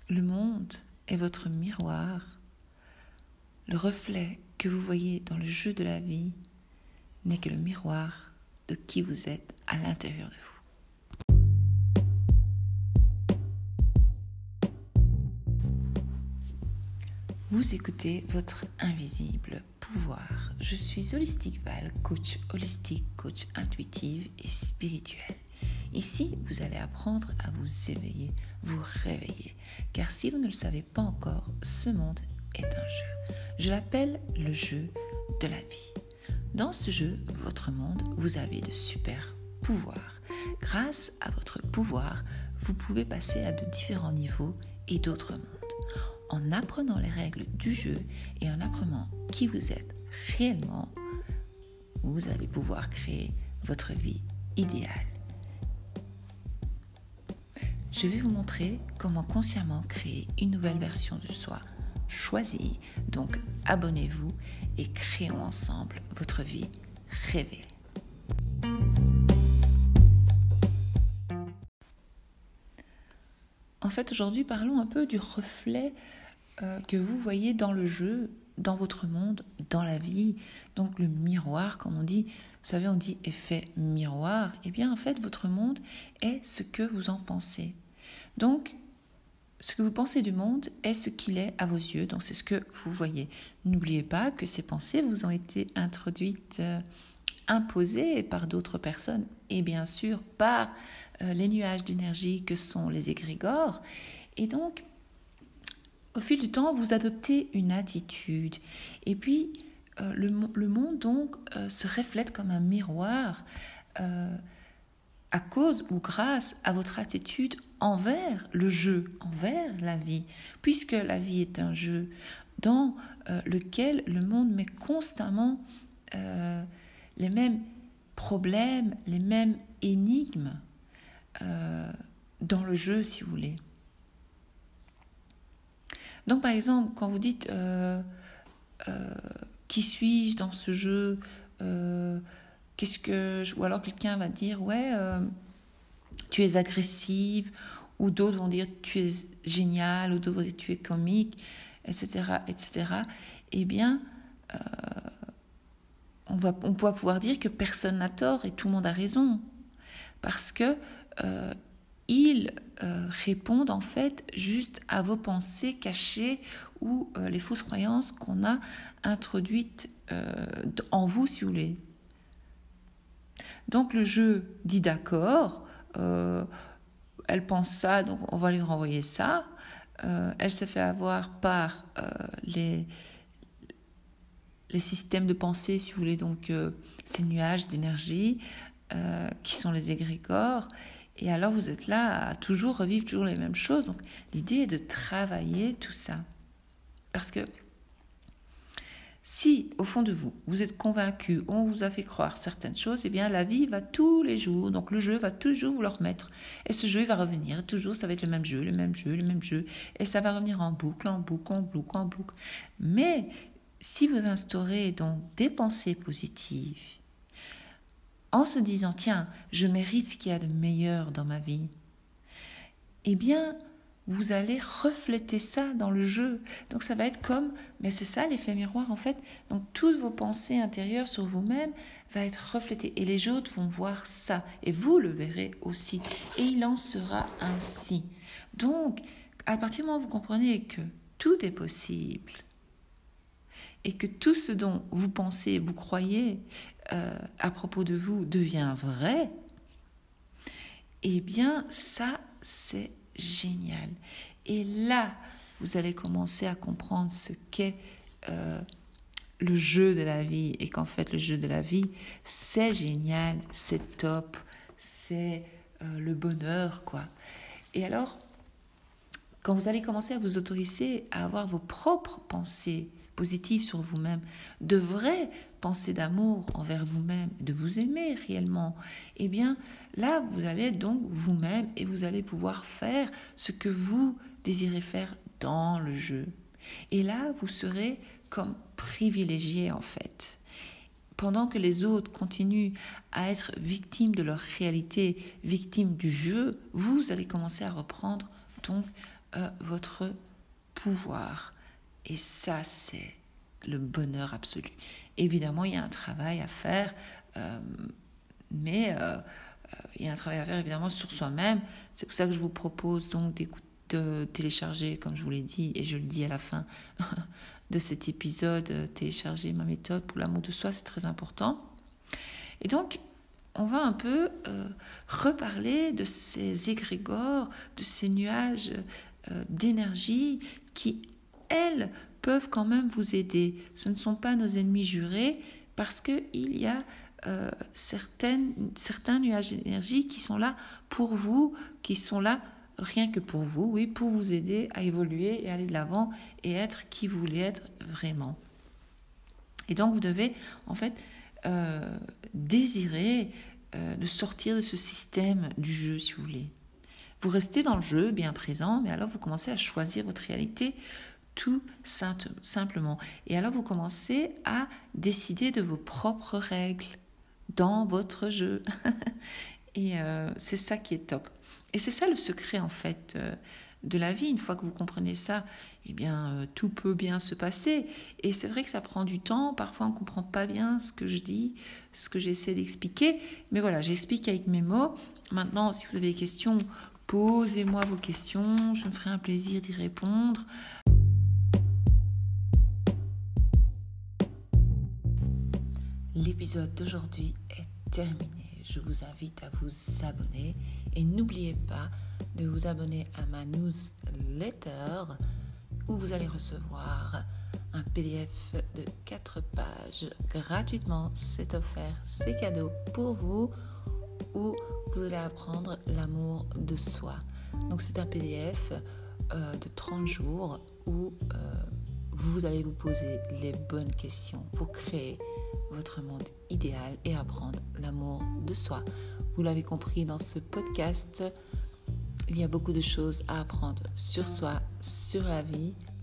le monde est votre miroir. Le reflet que vous voyez dans le jeu de la vie n'est que le miroir de qui vous êtes à l'intérieur de vous. Vous écoutez votre invisible pouvoir. Je suis Holistic Val, coach holistique, coach intuitive et spirituel. Ici, vous allez apprendre à vous éveiller, vous réveiller. Car si vous ne le savez pas encore, ce monde est un jeu. Je l'appelle le jeu de la vie. Dans ce jeu, votre monde, vous avez de super pouvoirs. Grâce à votre pouvoir, vous pouvez passer à de différents niveaux et d'autres mondes. En apprenant les règles du jeu et en apprenant qui vous êtes réellement, vous allez pouvoir créer votre vie idéale. Je vais vous montrer comment consciemment créer une nouvelle version de soi choisie. Donc abonnez-vous et créons ensemble votre vie rêvée. En fait, aujourd'hui, parlons un peu du reflet que vous voyez dans le jeu, dans votre monde, dans la vie. Donc le miroir, comme on dit, vous savez, on dit effet miroir. Eh bien, en fait, votre monde est ce que vous en pensez. Donc, ce que vous pensez du monde est ce qu'il est à vos yeux. Donc, c'est ce que vous voyez. N'oubliez pas que ces pensées vous ont été introduites, imposées par d'autres personnes et bien sûr par les nuages d'énergie que sont les égrégores. Et donc, au fil du temps, vous adoptez une attitude. Et puis, le monde donc se reflète comme un miroir à cause ou grâce à votre attitude envers le jeu, envers la vie. Puisque la vie est un jeu dans lequel le monde met constamment les mêmes problèmes, les mêmes énigmes dans le jeu, si vous voulez. Donc, par exemple, quand vous dites qui suis-je dans ce jeu, ou alors quelqu'un va dire tu es agressive, ou d'autres vont dire tu es génial, ou d'autres vont dire tu es comique, etc., etc. Eh bien, on va pouvoir dire que personne n'a tort et tout le monde a raison, parce que ils répondent en fait juste à vos pensées cachées ou les fausses croyances qu'on a introduites en vous, si vous voulez. Donc le jeu dit d'accord, elle pense ça, donc on va lui renvoyer ça. Elle se fait avoir par les systèmes de pensée, si vous voulez, donc ces nuages d'énergie qui sont les égrégores. Et alors vous êtes là à toujours revivre toujours les mêmes choses. Donc l'idée est de travailler tout ça. Parce que si au fond de vous, vous êtes convaincu, on vous a fait croire certaines choses, eh bien la vie va tous les jours, donc le jeu va toujours vous le remettre. Et ce jeu il va revenir, toujours ça va être le même jeu, le même jeu, le même jeu. Et ça va revenir en boucle, en boucle, en boucle, en boucle. Mais si vous instaurez donc des pensées positives, en se disant, tiens, je mérite ce qu'il y a de meilleur dans ma vie, eh bien, vous allez refléter ça dans le jeu. Donc ça va être comme, mais c'est ça l'effet miroir en fait. Donc toutes vos pensées intérieures sur vous-même va être reflétées et les autres vont voir ça et vous le verrez aussi. Et il en sera ainsi. Donc, à partir du moment où vous comprenez que tout est possible et que tout ce dont vous pensez, vous croyez à propos de vous devient vrai, eh bien ça c'est génial. Et là, vous allez commencer à comprendre ce qu'est le jeu de la vie et qu'en fait le jeu de la vie c'est génial, c'est top, c'est le bonheur quoi. Et alors, quand vous allez commencer à vous autoriser à avoir vos propres pensées positives sur vous-même, de vraies pensées d'amour envers vous-même, de vous aimer réellement, eh bien là vous allez être donc vous-même et vous allez pouvoir faire ce que vous désirez faire dans le jeu. Et là vous serez comme privilégié en fait. Pendant que les autres continuent à être victimes de leur réalité, victimes du jeu, vous allez commencer à reprendre donc votre pouvoir. Et ça, c'est le bonheur absolu. Évidemment, il y a un travail à faire, mais il y a un travail à faire évidemment sur soi-même. C'est pour ça que je vous propose donc de télécharger, comme je vous l'ai dit, et je le dis à la fin de cet épisode, télécharger ma méthode pour l'amour de soi, c'est très important. Et donc, on va un peu reparler de ces égrégores, de ces nuages d'énergie qui, elles, peuvent quand même vous aider. Ce ne sont pas nos ennemis jurés parce qu'il y a certains nuages d'énergie qui sont là pour vous, qui sont là rien que pour vous, oui, pour vous aider à évoluer et aller de l'avant et être qui vous voulez être vraiment. Et donc vous devez en fait désirer de sortir de ce système du jeu, si vous voulez. Vous restez dans le jeu, bien présent, mais alors vous commencez à choisir votre réalité tout simplement. Et alors vous commencez à décider de vos propres règles dans votre jeu. Et c'est ça qui est top. Et c'est ça le secret en fait de la vie. Une fois que vous comprenez ça, eh bien tout peut bien se passer. Et c'est vrai que ça prend du temps. Parfois on ne comprend pas bien ce que je dis, ce que j'essaie d'expliquer. Mais voilà, j'explique avec mes mots. Maintenant, si vous avez des questions, posez-moi vos questions. Je me ferai un plaisir d'y répondre. L'épisode d'aujourd'hui est terminé. Je vous invite à vous abonner et n'oubliez pas de vous abonner à ma newsletter où vous allez recevoir un PDF de 4 pages gratuitement. C'est offert, c'est cadeau pour vous, où vous allez apprendre l'amour de soi. Donc c'est un PDF de 30 jours où vous allez vous poser les bonnes questions pour créer votre monde idéal et apprendre l'amour de soi. Vous l'avez compris dans ce podcast, il y a beaucoup de choses à apprendre sur soi, sur la vie,